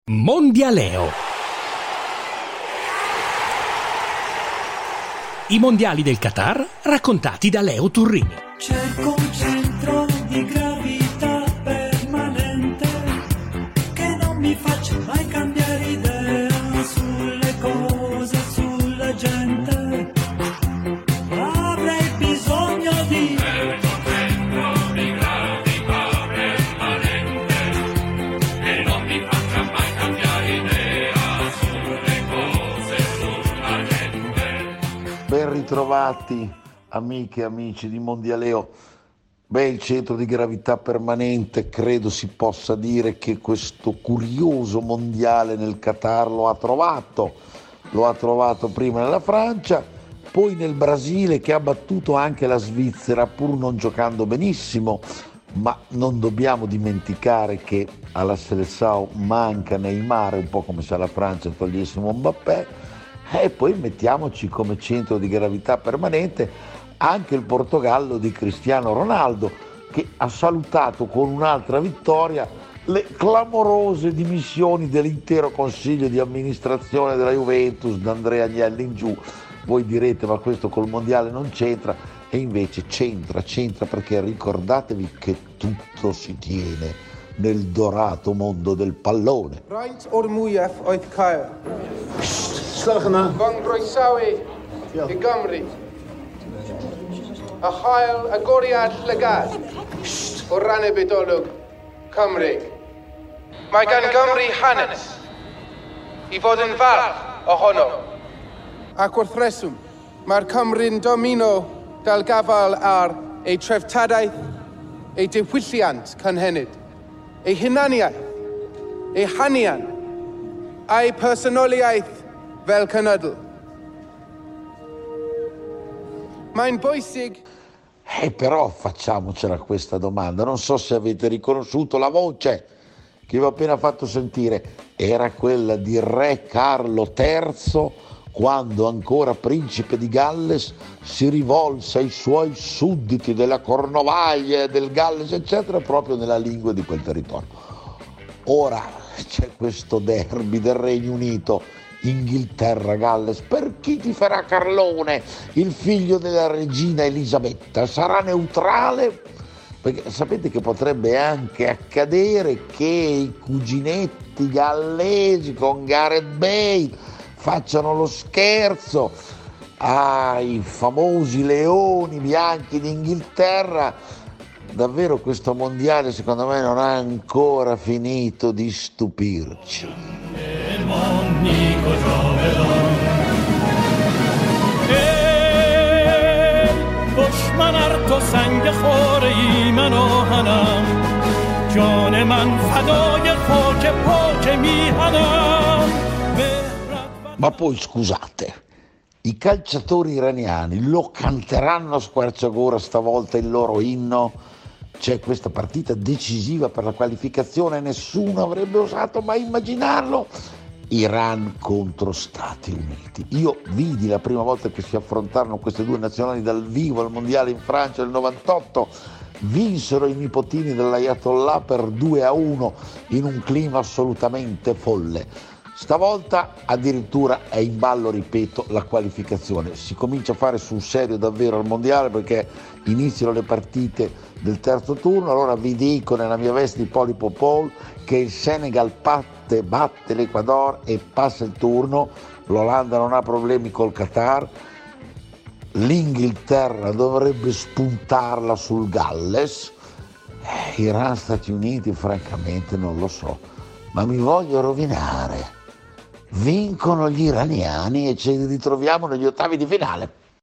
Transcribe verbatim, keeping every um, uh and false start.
Mondialeo. I mondiali del Qatar raccontati da Leo Turrini. Cerco un centro di gravità permanente che non mi faccia mai cambiare idea sulle cose, sulla gente. Avrei bisogno di cerco un centro di gravità permanente che non mi faccia mai cambiare idea sulle cose, sulla gente. Ben ritrovati amiche e amici di Mondialeo. Beh, il centro di gravità permanente, credo si possa dire che questo curioso mondiale nel Qatar lo ha trovato. Lo ha trovato prima nella Francia, poi nel Brasile, che ha battuto anche la Svizzera pur non giocando benissimo, ma non dobbiamo dimenticare che alla Seleção manca Neymar, un po' come se alla Francia togliessimo Mbappé. E poi mettiamoci come centro di gravità permanente anche il Portogallo di Cristiano Ronaldo, che ha salutato con un'altra vittoria le clamorose dimissioni dell'intero consiglio di amministrazione della Juventus, da Andrea Agnelli in giù. Voi direte, ma questo col mondiale non c'entra, e invece c'entra, c'entra perché ricordatevi che tutto si tiene nel dorato mondo del pallone. Right o'r mwyaf oedd cael. Slach yna. Fang groesawu i Gymru. A chael agoriad llygad o ran y bydolwg Cymru. Mae gan Gymru hanes i fod yn falch ohono. Ac wrth reswm, mae'r Cymru'n domino dal gafal ar ei treftadaeth, ei diwylliant cynhenid, ei hunaniaeth, ei hanian, a'i personoliaeth fel cynydl. Mae'n bwysig. E però facciamocela questa domanda, non so se avete riconosciuto la voce che vi ho appena fatto sentire, era quella di Re Carlo terzo, quando ancora principe di Galles si rivolse ai suoi sudditi della Cornovaglia, del Galles eccetera, proprio nella lingua di quel territorio. Ora c'è questo derby del Regno Unito, Inghilterra-Galles. Per chi tiferà Carlone, il figlio della regina Elisabetta? Sarà neutrale? Perché sapete che potrebbe anche accadere che i cuginetti gallesi con Gareth Bale facciano lo scherzo ai famosi leoni bianchi d'Inghilterra. Davvero questo mondiale secondo me non ha ancora finito di stupirci. دشمن ار تو سنگ خوری من آهنم جان من فدای خاک پاک میهنم. Ma poi scusate, i calciatori iraniani lo canteranno a squarciagora stavolta il loro inno? C'è questa partita decisiva per la qualificazione, nessuno avrebbe osato mai immaginarlo. Iran contro Stati Uniti. Io vidi la prima volta che si affrontarono queste due nazionali dal vivo al mondiale in Francia nel novantotto. Vinsero i nipotini dell'Ayatollah per due a uno in un clima assolutamente folle. Stavolta addirittura è in ballo, ripeto, la qualificazione. Si comincia a fare sul serio davvero al mondiale perché iniziano le partite del terzo turno. Allora vi dico nella mia veste di Polipo Paul che il Senegal batte, batte l'Ecuador e passa il turno. L'Olanda non ha problemi col Qatar. L'Inghilterra dovrebbe spuntarla sul Galles. Eh, Iran, Stati Uniti, francamente non lo so, ma mi voglio rovinare. Vincono gli iraniani e ci ritroviamo negli ottavi di finale.